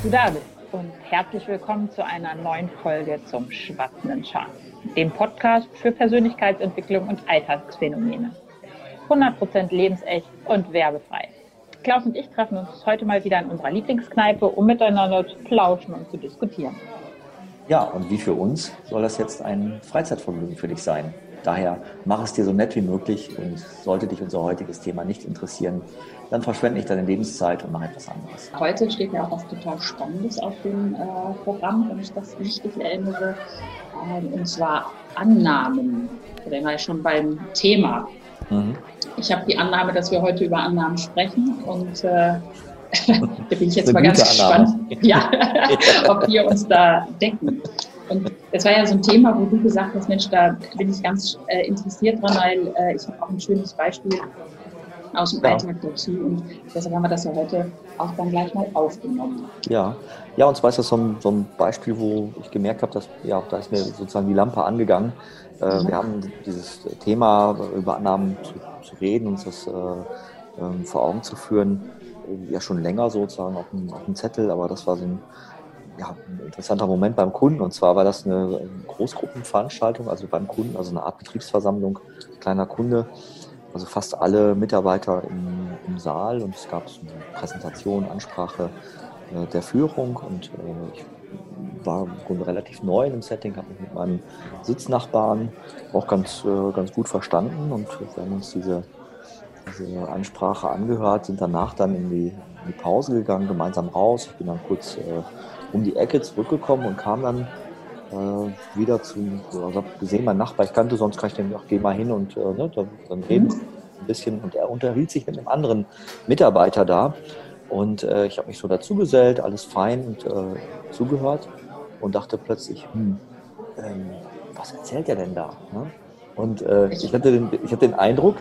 du da bist und herzlich willkommen zu einer neuen Folge zum Schwatzenden Schaf, dem Podcast für Persönlichkeitsentwicklung und Alltagsphänomene. 100% lebensecht und werbefrei. Klaus und ich treffen uns heute mal wieder in unserer Lieblingskneipe, um miteinander zu plauschen und zu diskutieren. Ja, und wie für uns soll das jetzt ein Freizeitvergnügen für dich sein. Daher mach es dir so nett wie möglich und sollte dich unser heutiges Thema nicht interessieren, dann verschwende nicht deine Lebenszeit und mach etwas anderes. Heute steht ja auch was total Spannendes auf dem Programm, wenn ich das richtig erinnere, und zwar Annahmen. Da sind wir schon beim Thema. Ich habe die Annahme, dass wir heute über Annahmen sprechen und da bin ich jetzt mal ganz gespannt, ob wir uns da decken. Und das war ja so ein Thema, wo du gesagt hast, Mensch, da bin ich ganz interessiert dran, weil ich habe auch ein schönes Beispiel aus dem Alltag dazu und deshalb haben wir das ja heute auch dann gleich mal aufgenommen. Ja, und zwar ist das so ein Beispiel, wo ich gemerkt habe, dass da ist mir sozusagen die Lampe angegangen. Wir haben dieses Thema, über Annahmen zu reden, uns das vor Augen zu führen, ja schon länger sozusagen auf dem Zettel, aber das war so ein interessanter Moment beim Kunden, und zwar war das eine Großgruppenveranstaltung, also beim Kunden, also eine Art Betriebsversammlung, kleiner Kunde, also fast alle Mitarbeiter im Saal, und es gab so eine Präsentation, Ansprache der Führung, und ich war im Grunde relativ neu in dem Setting, habe mich mit meinem Sitznachbarn auch ganz gut verstanden, und wir haben uns diese Ansprache angehört, sind danach dann in die Pause gegangen, gemeinsam raus. Ich bin dann kurz um die Ecke zurückgekommen und kam dann wieder also habe gesehen, mein Nachbar, ich kannte, sonst kann ich den, geh mal hin und dann reden ein bisschen. Und er unterhielt sich mit einem anderen Mitarbeiter da. Und ich habe mich so dazugesellt, alles fein und zugehört und dachte plötzlich, was erzählt er denn da? Ne? Und ich hatte den Eindruck,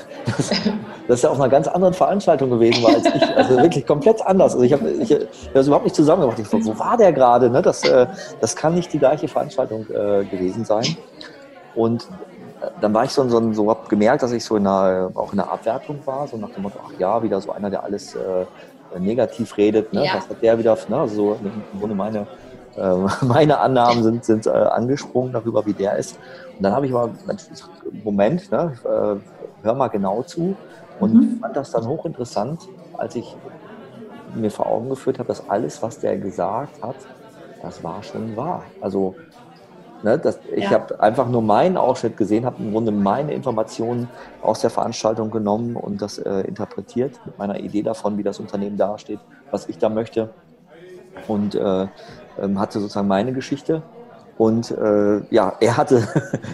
dass er auf einer ganz anderen Veranstaltung gewesen war als ich. Also wirklich komplett anders. Also ich habe das überhaupt nicht zusammengebracht. Ich dachte, wo war der gerade? Ne? Das kann nicht die gleiche Veranstaltung gewesen sein. Und dann war ich so habe gemerkt, dass ich so auch in einer Abwertung war, so nach dem Motto, ach ja, wieder so einer, der alles negativ redet. Ne? Ja. Was hat der wieder? Ne? Also so im Grunde meine Annahmen sind angesprungen darüber, wie der ist. Und dann habe ich mal, Moment, ne, hör mal genau zu, und fand das dann hochinteressant, als ich mir vor Augen geführt habe, dass alles, was der gesagt hat, das war schon wahr. Also ich habe einfach nur meinen Ausschnitt gesehen, habe im Grunde meine Informationen aus der Veranstaltung genommen und das interpretiert mit meiner Idee davon, wie das Unternehmen dasteht, was ich da möchte, und hatte sozusagen meine Geschichte. Und er hatte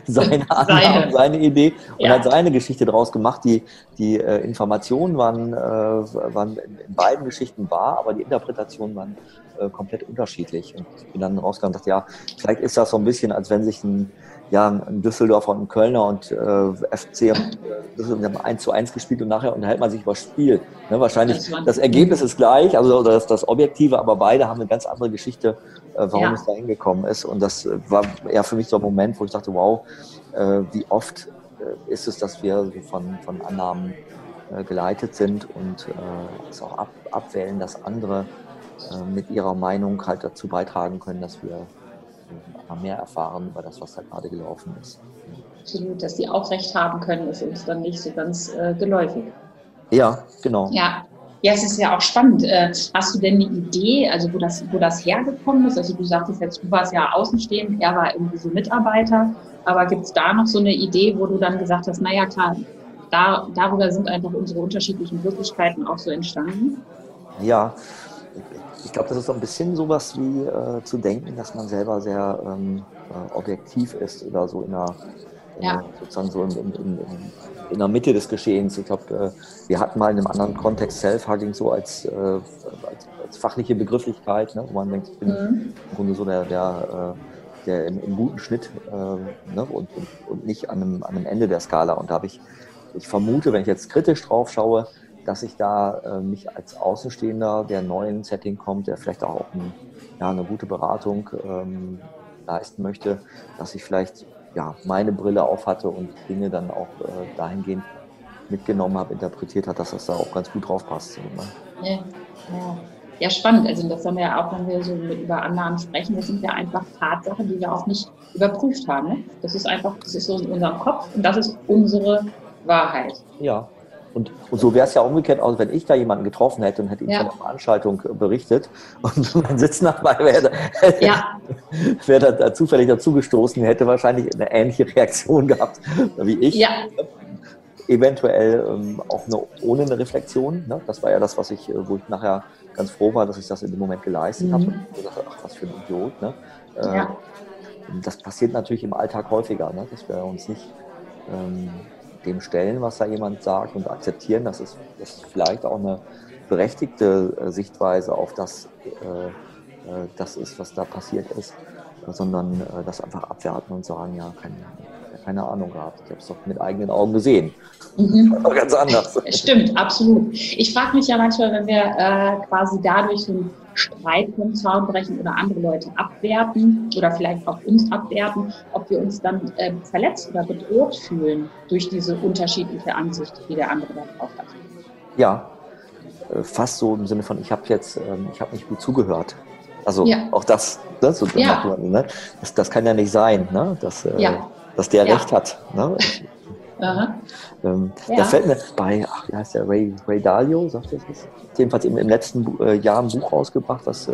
seine Idee und hat seine Geschichte daraus gemacht. Die Informationen waren in beiden Geschichten wahr, aber die Interpretationen waren komplett unterschiedlich. Und ich bin dann rausgegangen und dachte, vielleicht ist das so ein bisschen, als wenn sich ein Düsseldorfer und ein Kölner und FC Düsseldorf haben 1:1 gespielt und nachher unterhält man sich über das Spiel. Ne, wahrscheinlich das Ergebnis ist gleich, also das Objektive, aber beide haben eine ganz andere Geschichte, warum es da hingekommen ist. Und das war eher für mich so ein Moment, wo ich dachte, wow, wie oft ist es, dass wir von Annahmen geleitet sind und es auch abwählen, dass andere mit ihrer Meinung halt dazu beitragen können, dass wir mehr erfahren über das, was da gerade gelaufen ist. Absolut, dass die auch recht haben können, ist uns dann nicht so ganz geläufig. Ja, genau. Ja, es ist ja auch spannend. Hast du denn eine Idee, also wo das hergekommen ist? Also du sagtest jetzt, du warst ja außenstehend, er war irgendwie so Mitarbeiter, aber gibt es da noch so eine Idee, wo du dann gesagt hast, naja klar, darüber sind einfach unsere unterschiedlichen Wirklichkeiten auch so entstanden? Ja, ich glaube, das ist so ein bisschen sowas wie zu denken, dass man selber sehr objektiv ist oder so sozusagen so in der Mitte des Geschehens. Ich glaube, wir hatten mal in einem anderen Kontext Self-Hugging so als fachliche Begrifflichkeit, ne, wo man denkt, ich bin im Grunde so der im guten Schnitt und nicht an einem Ende der Skala. Und da habe ich vermute, wenn ich jetzt kritisch drauf schaue, dass ich da mich als Außenstehender, der neu in ein Setting kommt, der vielleicht auch eine gute Beratung leisten möchte, dass ich vielleicht meine Brille auf hatte und Dinge dann auch dahingehend mitgenommen habe, interpretiert hat, dass das da auch ganz gut drauf passt. Ja. Ja, spannend. Also das haben wir ja auch, wenn wir so über Annahmen sprechen, das sind ja einfach Tatsachen, die wir auch nicht überprüft haben. Ne? Das ist einfach, das ist so in unserem Kopf und das ist unsere Wahrheit. Ja. Und so wäre es ja umgekehrt, auch wenn ich da jemanden getroffen hätte und hätte ihm von der Veranstaltung berichtet und mein Sitznachbar wäre da zufällig dazugestoßen, hätte wahrscheinlich eine ähnliche Reaktion gehabt wie ich. Ja. Eventuell auch ohne eine Reflexion. Ne? Das war ja das, wo ich nachher ganz froh war, dass ich das in dem Moment geleistet habe. Und ich dachte, ach, was für ein Idiot. Ne? Das passiert natürlich im Alltag häufiger, ne? Dass wir uns nicht dem stellen, was da jemand sagt und akzeptieren, dass es vielleicht auch eine berechtigte Sichtweise auf das ist, was da passiert ist, sondern das einfach abwerten und sagen, ja, keine Ahnung gehabt. Ich habe es doch mit eigenen Augen gesehen. Aber ganz anders. Stimmt, absolut. Ich frage mich ja manchmal, wenn wir quasi dadurch so einen Streit vom Zaun brechen oder andere Leute abwerten oder vielleicht auch uns abwerten, ob wir uns dann verletzt oder bedroht fühlen durch diese unterschiedliche Ansicht, die der andere darauf hat. Ja, fast so im Sinne von, ich habe nicht gut zugehört. Also auch das, ne? So, ne? Das kann ja nicht sein, ne? Dass der Recht hat. Ne? Da fällt mir bei, wie heißt der, Ray Dalio, sagt er das? Jedenfalls im letzten Jahr ein Buch rausgebracht, das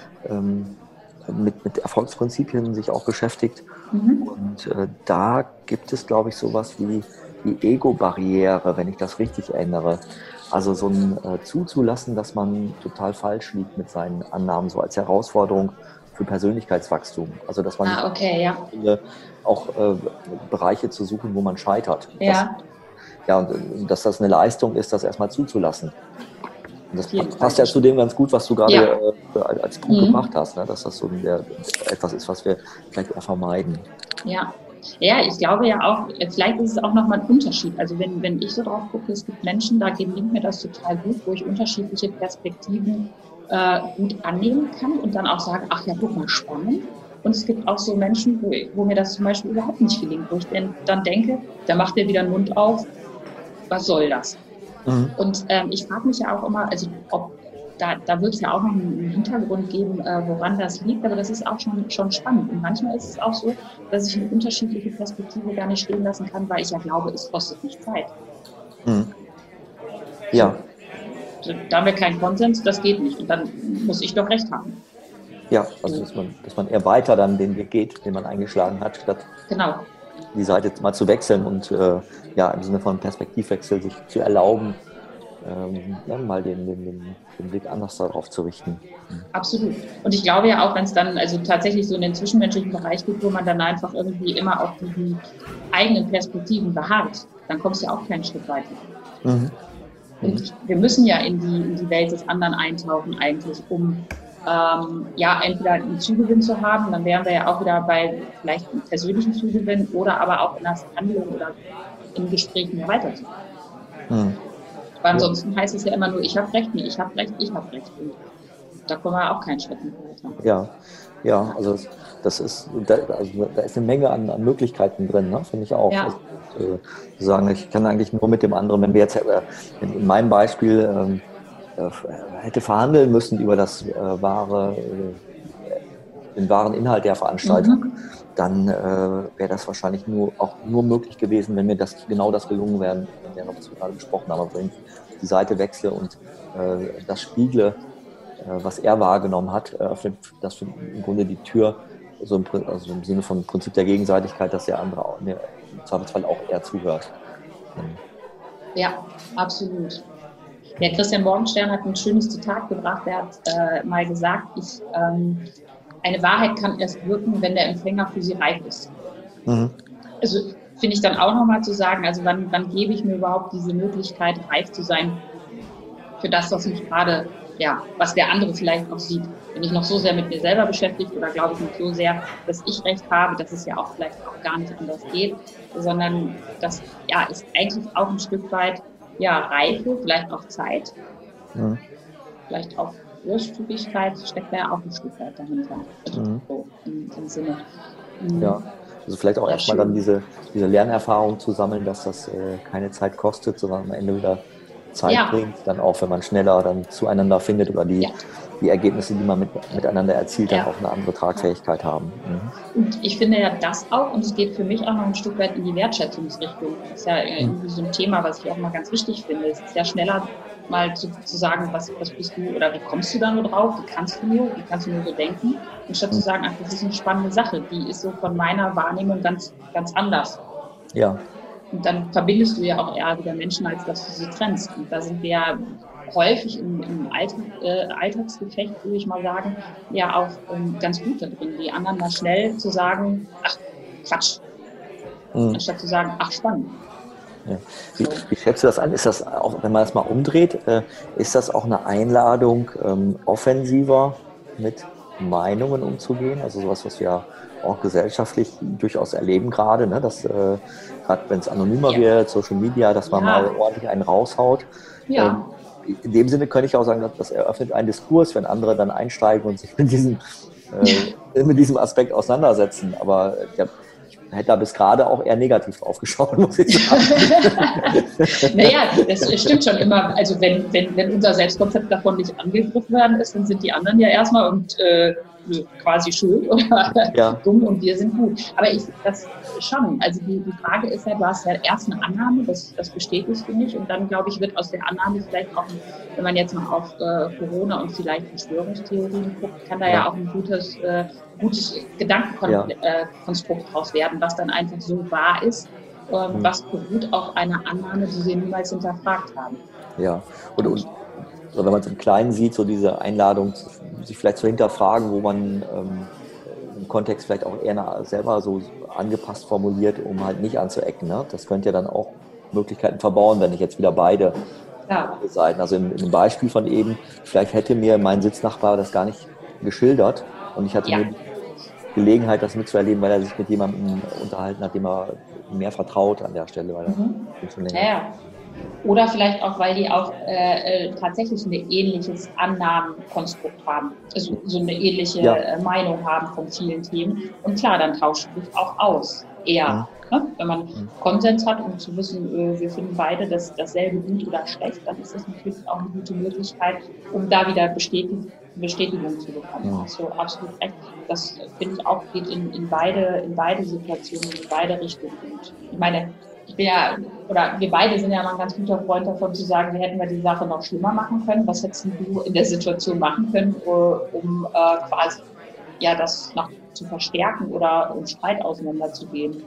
mit Erfolgsprinzipien sich auch beschäftigt. Und da gibt es, glaube ich, sowas wie die Ego-Barriere, wenn ich das richtig erinnere. Also so ein zuzulassen, dass man total falsch liegt mit seinen Annahmen, so als Herausforderung für Persönlichkeitswachstum. Also dass man auch Bereiche zu suchen, wo man scheitert. Und dass das eine Leistung ist, das erstmal zuzulassen. Und das passt ja zu dem ganz gut, was du gerade als Punkt gebracht hast, ne? Dass das so etwas ist, was wir vielleicht eher vermeiden. Ja, ich glaube ja auch, vielleicht ist es auch nochmal ein Unterschied. Also wenn ich so drauf gucke, es gibt Menschen, da gelingt mir das total gut, wo ich unterschiedliche Perspektiven gut annehmen kann und dann auch sage, ach ja, guck mal, spannend. Und es gibt auch so Menschen, wo mir das zum Beispiel überhaupt nicht gelingt, wo ich dann denke, da macht der wieder den Mund auf, was soll das? Und ich frage mich ja auch immer, also ob da wird es ja auch noch einen Hintergrund geben, woran das liegt, aber das ist auch schon spannend. Und manchmal ist es auch so, dass ich eine unterschiedliche Perspektive gar nicht stehen lassen kann, weil ich ja glaube, es kostet nicht Zeit. Ja. Da haben wir keinen Konsens, das geht nicht. Und dann muss ich doch recht haben. Ja, also dass man eher weiter dann den Weg geht, den man eingeschlagen hat, statt die Seite mal zu wechseln und im Sinne von Perspektivwechsel sich zu erlauben, mal den Blick anders darauf zu richten. Absolut. Und ich glaube ja auch, wenn es dann also tatsächlich so in den zwischenmenschlichen Bereich geht, wo man dann einfach irgendwie immer auf diesen eigenen Perspektiven beharrt, dann kommst du ja auch keinen Schritt weiter. Und wir müssen ja in die Welt des anderen eintauchen eigentlich, um entweder einen Zugewinn zu haben, dann wären wir ja auch wieder bei vielleicht einem persönlichen Zugewinn oder aber auch in der Verhandlung oder in Gesprächen mehr weiterzukommen. Weil ansonsten heißt es ja immer nur, ich habe Recht, nee, ich habe Recht, ich habe Recht. Und da kommen wir auch keinen Schritt weiter. Ja, also da ist eine Menge an Möglichkeiten drin, ne? Finde ich auch. Ja. Also, zu sagen, ich kann eigentlich nur mit dem anderen, wenn wir jetzt in meinem Beispiel hätte verhandeln müssen über den wahren Inhalt der Veranstaltung, dann wäre das wahrscheinlich nur möglich gewesen, wenn mir genau das gelungen wäre, was wir gerade besprochen haben. Also wenn ich die Seite wechsle und das spiegle, was er wahrgenommen hat, öffnet das im Grunde die Tür, also im Sinne von Prinzip der Gegenseitigkeit, dass der andere im Zweifelsfall auch eher zuhört. Ja, absolut. Der Christian Morgenstern hat ein schönes Zitat gebracht. Er hat mal gesagt, eine Wahrheit kann erst wirken, wenn der Empfänger für sie reif ist. Also finde ich dann auch nochmal zu sagen, also wann gebe ich mir überhaupt diese Möglichkeit, reif zu sein für das, was mich gerade, was der andere vielleicht noch sieht. Bin ich noch so sehr mit mir selber beschäftigt oder glaube ich nicht so sehr, dass ich Recht habe, dass es ja auch vielleicht auch gar nicht anders geht, sondern das ist eigentlich auch ein Stück weit Reife, vielleicht auch Zeit, vielleicht auch Großzügigkeit, steckt ja auch ein Stück weit dahinter. So im Sinne. Ja, also vielleicht auch erstmal dann diese Lernerfahrung zu sammeln, dass das keine Zeit kostet, sondern am Ende wieder Zeit bringt, dann auch, wenn man schneller dann zueinander findet oder die die Ergebnisse, die man miteinander erzielt, dann auch eine andere Tragfähigkeit haben. Und ich finde ja das auch, und es geht für mich auch noch ein Stück weit in die Wertschätzungsrichtung. Das ist ja irgendwie so ein Thema, was ich auch mal ganz wichtig finde. Es ist ja schneller, mal zu sagen, was bist du oder wie kommst du da nur drauf, wie kannst du nur so denken, anstatt zu sagen, ach, das ist eine spannende Sache, die ist so von meiner Wahrnehmung ganz, ganz anders. Ja. Und dann verbindest du ja auch eher wieder Menschen, als dass du sie trennst. Und da sind wir ja häufig im Alltagsgefecht, würde ich mal sagen, ja auch ganz gut da drin, die anderen mal schnell zu sagen, ach, Quatsch, anstatt zu sagen, ach, spannend. Ja. Wie schätzt du das an? Ist das auch, wenn man das mal umdreht, ist das auch eine Einladung, offensiver mit Meinungen umzugehen? Also sowas, was wir auch gesellschaftlich durchaus erleben gerade, ne? Dass gerade wenn es anonymer wird, Social Media, dass man mal ordentlich einen raushaut. Ja. In dem Sinne könnte ich auch sagen, das eröffnet einen Diskurs, wenn andere dann einsteigen und sich mit diesem Aspekt auseinandersetzen. Aber ich hätte da bis gerade auch eher negativ drauf geschaut, muss ich sagen. Naja, das stimmt schon immer. Also wenn unser Selbstkonzept davon nicht angegriffen werden ist, dann sind die anderen ja erstmal quasi schuld oder dumm und wir sind gut. Aber das schon. Also die Frage ist ja, du hast ja erst eine Annahme, das bestätigst du nicht, und dann, glaube ich, wird aus der Annahme vielleicht auch, wenn man jetzt mal auf Corona und vielleicht Verschwörungstheorien guckt, kann da ja auch ein gutes Gedankenkonstrukt draus werden, was dann einfach so wahr ist, was beruht auf einer Annahme, die wir niemals hinterfragt haben. Ja, und wenn man es im Kleinen sieht, so diese Einladung, sich vielleicht zu hinterfragen, wo man im Kontext vielleicht auch eher selber so angepasst formuliert, um halt nicht anzuecken. Ne? Das könnte ja dann auch Möglichkeiten verbauen, wenn ich jetzt wieder beide Seiten, also in dem Beispiel von eben, vielleicht hätte mir mein Sitznachbar das gar nicht geschildert und ich hatte nur die Gelegenheit, das mitzuerleben, weil er sich mit jemandem unterhalten hat, dem er mehr vertraut an der Stelle, weil er schon länger. Ja. Oder vielleicht auch, weil die auch tatsächlich ein ähnliches Annahmenkonstrukt haben, also so eine ähnliche Meinung haben von vielen Themen. Und klar, dann tauscht sich auch aus, eher. Ne? Wenn man Konsens hat, um zu wissen, wir finden beide dasselbe gut oder schlecht, dann ist das natürlich auch eine gute Möglichkeit, um da wieder Bestätigung zu bekommen. Ja. Hast du absolut recht. Das finde ich auch, geht in beide Situationen, in beide Richtungen. Und ich meine, wir beide sind ja mal ein ganz guter Freund davon zu sagen, wir hätten die Sache noch schlimmer machen können. Was hättest du in der Situation machen können, um quasi das noch zu verstärken oder um Streit auseinanderzugehen?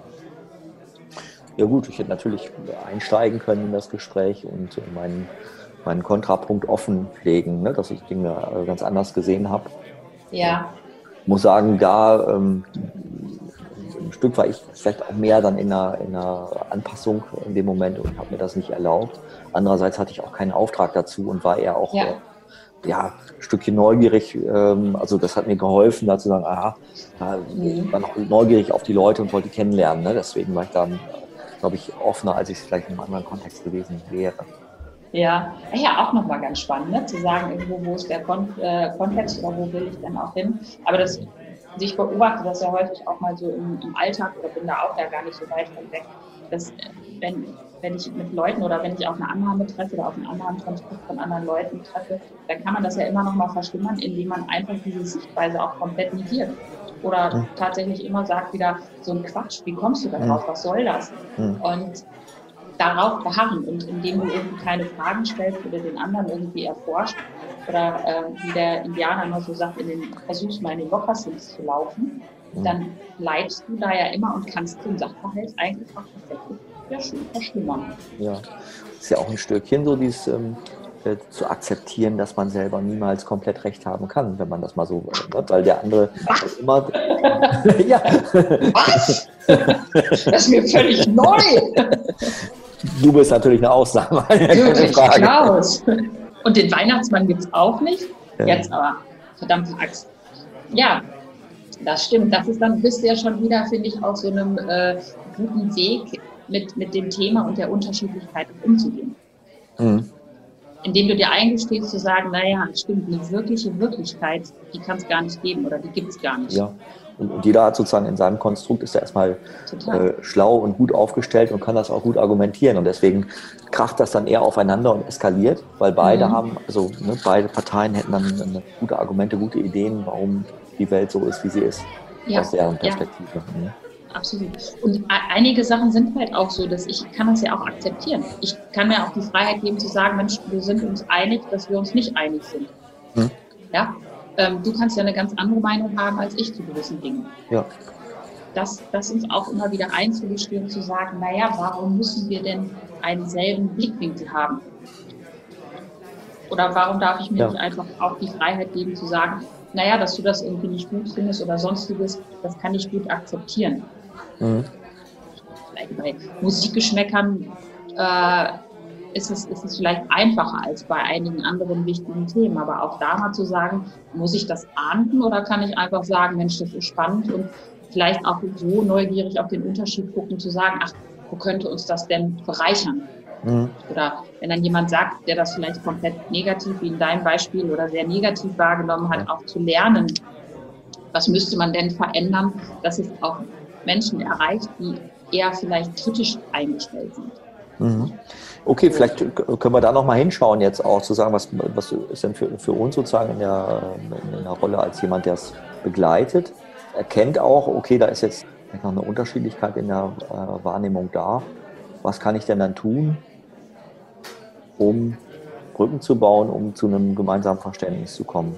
Ja gut, ich hätte natürlich einsteigen können in das Gespräch und meinen Kontrapunkt offenlegen, ne, dass ich Dinge ganz anders gesehen habe. Ja. Ich muss sagen, da ein Stück war ich vielleicht auch mehr dann in einer Anpassung in dem Moment und habe mir das nicht erlaubt. Andererseits hatte ich auch keinen Auftrag dazu und war eher auch ein Stückchen neugierig. Also das hat mir geholfen, da zu sagen, ich war noch neugierig auf die Leute und wollte die kennenlernen. Ne? Deswegen war ich dann, glaube ich, offener, als ich es vielleicht in einem anderen Kontext gewesen wäre. Ja, auch nochmal ganz spannend, ne? Zu sagen, irgendwo, wo ist der Kontext oder wo will ich denn auch hin. Aber ich beobachte das ja häufig auch mal so im Alltag oder bin da auch gar nicht so weit von weg, dass wenn ich mit Leuten oder wenn ich auf eine Annahme treffe oder auf einen anderen Konstrukt von anderen Leuten treffe, dann kann man das ja immer noch mal verschlimmern, indem man einfach diese Sichtweise auch komplett negiert. Oder tatsächlich immer sagt wieder, so ein Quatsch, wie kommst du da drauf, was soll das? Und darauf beharren und indem du irgendwie keine Fragen stellst oder den anderen irgendwie erforscht oder wie der Indianer immer so sagt, versuchst mal in den Mokassins zu laufen, dann bleibst du da ja immer und kannst den Sachverhalt eigentlich auch tatsächlich schön verschlimmern. Ja, das ist ja auch ein Stückchen so dieses zu akzeptieren, dass man selber niemals komplett recht haben kann, wenn man das mal so wird, weil der andere immer... ja. Was? Das ist mir völlig neu! Du bist natürlich eine Ausnahme. Klaus. Und den Weihnachtsmann gibt es auch nicht. Jetzt aber, verdammte Axt. Ja, das stimmt. Das ist dann, bist du ja schon wieder, finde ich, auf so einem guten Weg, mit dem Thema und der Unterschiedlichkeit umzugehen. Indem du dir eingestehst, zu sagen, naja, stimmt, eine wirkliche Wirklichkeit, die kann es gar nicht geben oder die gibt es gar nicht. Ja. Und jeder hat sozusagen in seinem Konstrukt, ist ja erstmal schlau und gut aufgestellt und kann das auch gut argumentieren. Und deswegen kracht das dann eher aufeinander und eskaliert, weil beide haben, also beide Parteien hätten dann gute Argumente, gute Ideen, warum die Welt so ist, wie sie ist, aus deren Perspektive. Ja. Absolut. Und einige Sachen sind halt auch so, dass ich kann das ja auch akzeptieren. Ich kann mir auch die Freiheit geben zu sagen, Mensch, wir sind uns einig, dass wir uns nicht einig sind. Ja? Du kannst ja eine ganz andere Meinung haben als ich zu gewissen Dingen. Ja. Das uns auch immer wieder einzugestehen, zu sagen, naja, warum müssen wir denn einen selben Blickwinkel haben? Oder warum darf ich mir nicht einfach auch die Freiheit geben zu sagen, naja, dass du das irgendwie nicht gut findest oder sonstiges, das kann ich gut akzeptieren. Vielleicht bei Musikgeschmäckern ist es vielleicht einfacher als bei einigen anderen wichtigen Themen. Aber auch da mal zu sagen, muss ich das ahnden oder kann ich einfach sagen, Mensch, das ist spannend und vielleicht auch so neugierig auf den Unterschied gucken, zu sagen, ach, wo könnte uns das denn bereichern? Oder wenn dann jemand sagt, der das vielleicht komplett negativ, wie in deinem Beispiel, oder sehr negativ wahrgenommen hat, auch zu lernen, was müsste man denn verändern, dass es auch Menschen erreicht, die eher vielleicht kritisch eingestellt sind. Okay, vielleicht können wir da nochmal hinschauen jetzt auch, zu sagen, was ist denn für uns sozusagen in der Rolle als jemand, der es begleitet, erkennt auch, okay, da ist jetzt noch eine Unterschiedlichkeit in der Wahrnehmung da. Was kann ich denn dann tun, um Brücken zu bauen, um zu einem gemeinsamen Verständnis zu kommen?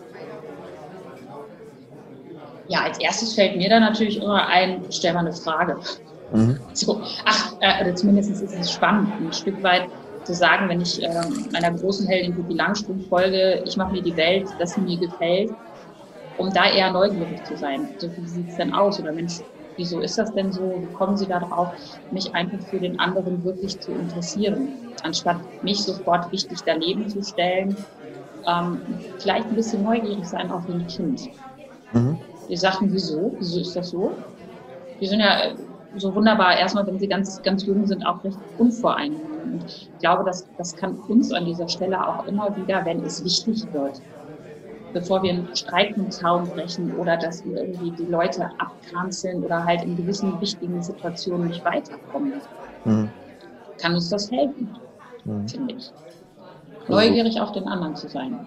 Ja, als erstes fällt mir da natürlich immer ein, stell mal eine Frage. So, oder zumindest ist es spannend, ein Stück weit zu sagen, wenn ich meiner großen Heldin Pippi Langstrumpf folge, ich mache mir die Welt, dass sie mir gefällt, um da eher neugierig zu sein. So, wie sieht es denn aus? Oder Mensch, wieso ist das denn so? Wie kommen Sie da drauf, mich einfach für den anderen wirklich zu interessieren? Anstatt mich sofort wichtig daneben zu stellen, vielleicht ein bisschen neugierig sein auf ein Kind. Die Sachen, wieso? Wieso ist das so? Die sind ja so wunderbar, erstmal, wenn sie ganz, ganz jung sind, auch recht unvoreingenommen. Und ich glaube, das kann uns an dieser Stelle auch immer wieder, wenn es wichtig wird, bevor wir einen Streit im Zaun brechen oder dass wir irgendwie die Leute abkanzeln oder halt in gewissen wichtigen Situationen nicht weiterkommen, kann uns das helfen, finde ich. Neugierig auf den anderen zu sein.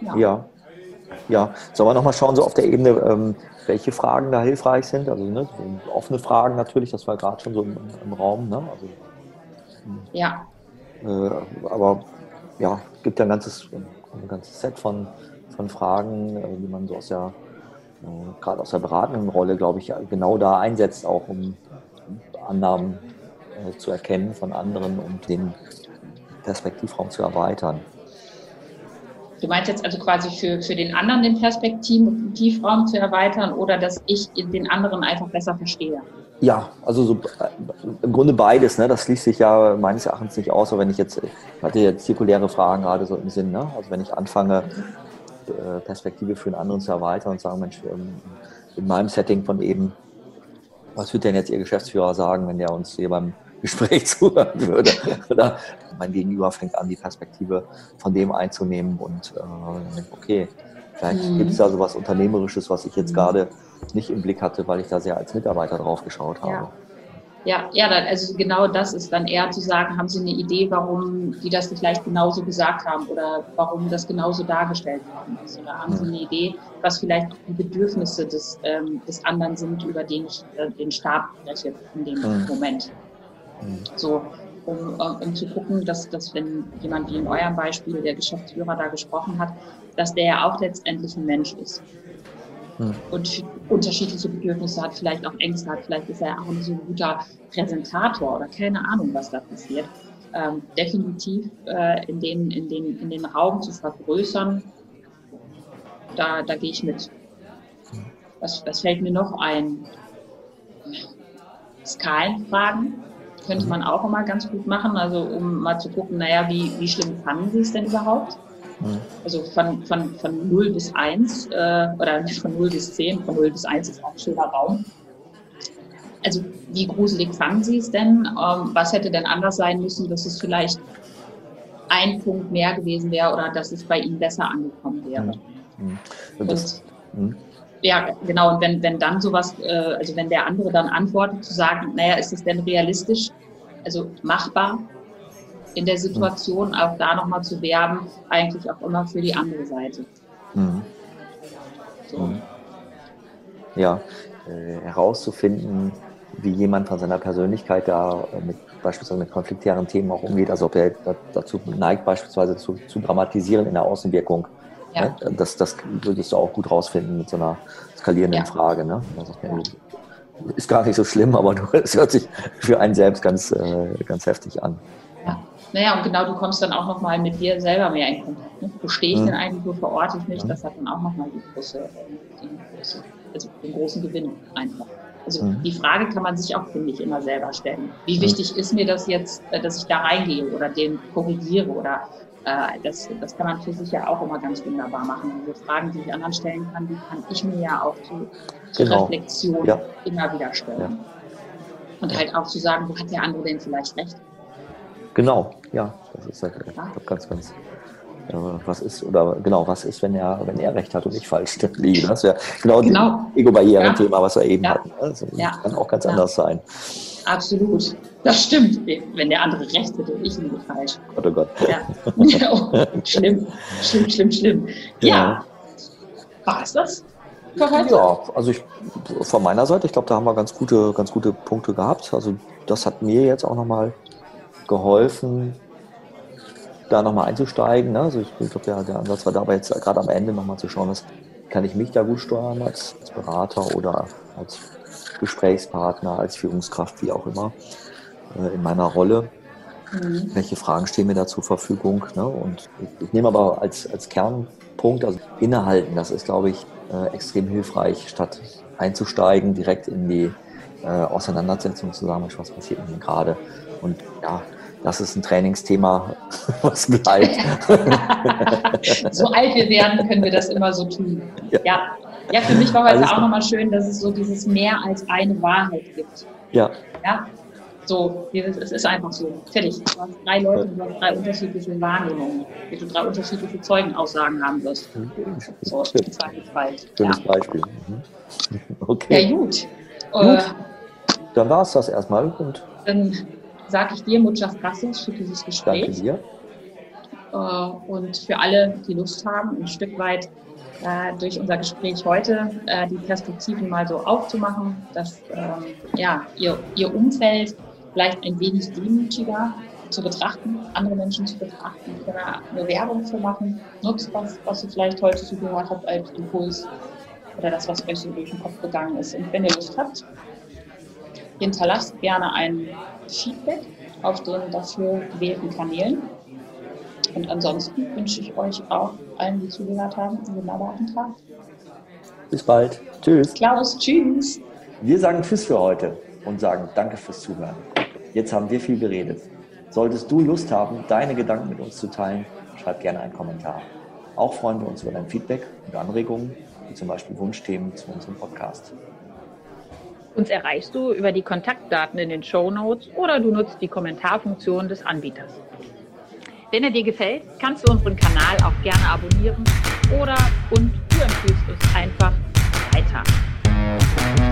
Ja. Sollen wir nochmal schauen, so auf der Ebene, welche Fragen da hilfreich sind? Also so offene Fragen natürlich, das war gerade schon so im Raum. Ne? Also, ja. Aber ja, es gibt ja ein ganzes Set von Fragen, die man so gerade aus der beratenden Rolle, glaube ich, genau da einsetzt, auch um Annahmen zu erkennen von anderen und den Perspektivraum zu erweitern. Du meinst jetzt also quasi für den anderen den Perspektivraum zu erweitern oder dass ich den anderen einfach besser verstehe? Ja, also so, im Grunde beides. Ne? Das schließt sich ja meines Erachtens nicht aus. Aber wenn ich hatte jetzt zirkuläre Fragen gerade so im Sinn. Ne? Also wenn ich anfange, Perspektive für einen anderen zu erweitern und sagen, Mensch, in meinem Setting von eben, was wird denn jetzt Ihr Geschäftsführer sagen, wenn der uns hier beim Gespräch zuhören würde? Oder mein Gegenüber fängt an, die Perspektive von dem einzunehmen und okay, vielleicht gibt es da so was Unternehmerisches, was ich jetzt gerade nicht im Blick hatte, weil ich da sehr als Mitarbeiter drauf geschaut habe. Ja, also genau das ist dann eher zu sagen, haben Sie eine Idee, warum die das vielleicht genauso gesagt haben oder warum das genauso dargestellt worden ist? Oder haben Sie eine Idee, was vielleicht die Bedürfnisse des anderen sind, über den ich den Stab spreche in dem Moment? So, um zu gucken, dass wenn jemand wie in eurem Beispiel, der Geschäftsführer da gesprochen hat, dass der ja auch letztendlich ein Mensch ist. Und unterschiedliche Bedürfnisse hat, vielleicht auch Ängste hat, vielleicht ist er auch nicht so ein guter Präsentator oder keine Ahnung, was da passiert. Definitiv in den Raum zu vergrößern, da gehe ich mit. Was fällt mir noch ein? Skalenfragen könnte man auch immer ganz gut machen, also um mal zu gucken, wie schlimm fanden Sie es denn überhaupt? Also von 0 bis 1 oder nicht von 0 bis 10, von 0 bis 1 ist auch ein schöner Raum. Also wie gruselig fanden Sie es denn? Was hätte denn anders sein müssen, dass es vielleicht ein Punkt mehr gewesen wäre oder dass es bei Ihnen besser angekommen wäre? Ja, genau. Und wenn dann sowas, also wenn der andere dann antwortet, zu sagen, naja, ist es denn realistisch, also machbar in der Situation, auch da nochmal zu werben, eigentlich auch immer für die andere Seite. So. Ja, herauszufinden, wie jemand von seiner Persönlichkeit da beispielsweise mit konfliktären Themen auch umgeht, also ob er dazu neigt, beispielsweise zu dramatisieren in der Außenwirkung. Ja. Ne? Das würdest du auch gut rausfinden mit so einer skalierenden Frage. Ne? Also, ist gar nicht so schlimm, aber es hört sich für einen selbst ganz heftig an. Ja. Naja, und genau, du kommst dann auch nochmal mit dir selber mehr in Kontakt. Ne? Wo stehe ich denn eigentlich, wo verorte ich mich? Das hat dann auch nochmal den großen Gewinn einfach. Also die Frage kann man sich auch, finde ich, immer selber stellen. Wie wichtig ist mir das jetzt, dass ich da reingehe oder den korrigiere? Oder das kann man für sich ja auch immer ganz wunderbar machen. Diese Fragen, die ich anderen stellen kann, die kann ich mir ja auch zur Reflexion immer wieder stellen. Ja. Und halt auch zu sagen, wo hat der andere denn vielleicht recht? Genau, ja, das ist ganz, was ist, wenn er recht hat und ich falsch liege. Das ist ja genau. Ego-Barrieren-Thema, was wir eben hatten. Also, kann auch ganz anders sein. Absolut. Das stimmt. Wenn der andere recht hätte und ich liege falsch. Gott, oh Gott. Ja. Schlimm. Ja. War es das für heute? Ja, also von meiner Seite, ich glaube, da haben wir ganz gute Punkte gehabt. Also das hat mir jetzt auch nochmal geholfen, da nochmal einzusteigen. Ne? Also ich glaube, der Ansatz war dabei jetzt gerade am Ende nochmal zu schauen, kann ich mich da gut steuern als Berater oder als Gesprächspartner, als Führungskraft, wie auch immer, in meiner Rolle. Welche Fragen stehen mir da zur Verfügung? Ne? Und ich nehme aber als Kernpunkt, also innehalten, das ist, glaube ich, extrem hilfreich, statt einzusteigen, direkt in die Auseinandersetzung zu sagen, was passiert denn gerade? Und ja, das ist ein Trainingsthema, was bleibt. So alt wir werden, können wir das immer so tun. Ja, für mich war heute auch nochmal schön, dass es so dieses mehr als eine Wahrheit gibt. Ja. So, es ist einfach so. Fertig. Du hast 3 Leute, du hast 3 unterschiedliche Wahrnehmungen, wie du 3 unterschiedliche Zeugenaussagen haben wirst. So, im Zweifelsfall. Schönes Beispiel. Okay. Ja, gut. Dann war es das erstmal. Und dann sage ich dir muchas gracias für dieses Gespräch. Danke dir. Und für alle, die Lust haben, ein Stück weit durch unser Gespräch heute die Perspektiven mal so aufzumachen, dass ihr Umfeld vielleicht ein wenig demütiger zu betrachten, andere Menschen zu betrachten, eine Werbung zu machen, nutzt was ihr vielleicht heute zugehört habt als Impuls oder das, was euch so durch den Kopf gegangen ist. Und wenn ihr Lust habt, hinterlasst gerne ein Feedback auf den dafür gewählten Kanälen. Und ansonsten wünsche ich euch auch allen, die zugehört haben, einen wunderbaren Tag. Bis bald. Tschüss. Klaus, tschüss. Wir sagen Tschüss für heute und sagen Danke fürs Zuhören. Jetzt haben wir viel geredet. Solltest du Lust haben, deine Gedanken mit uns zu teilen, schreib gerne einen Kommentar. Auch freuen wir uns über dein Feedback und Anregungen, wie zum Beispiel Wunschthemen zu unserem Podcast. Uns erreichst du über die Kontaktdaten in den Shownotes oder du nutzt die Kommentarfunktion des Anbieters. Wenn er dir gefällt, kannst du unseren Kanal auch gerne abonnieren und du empfiehlst uns einfach weiter.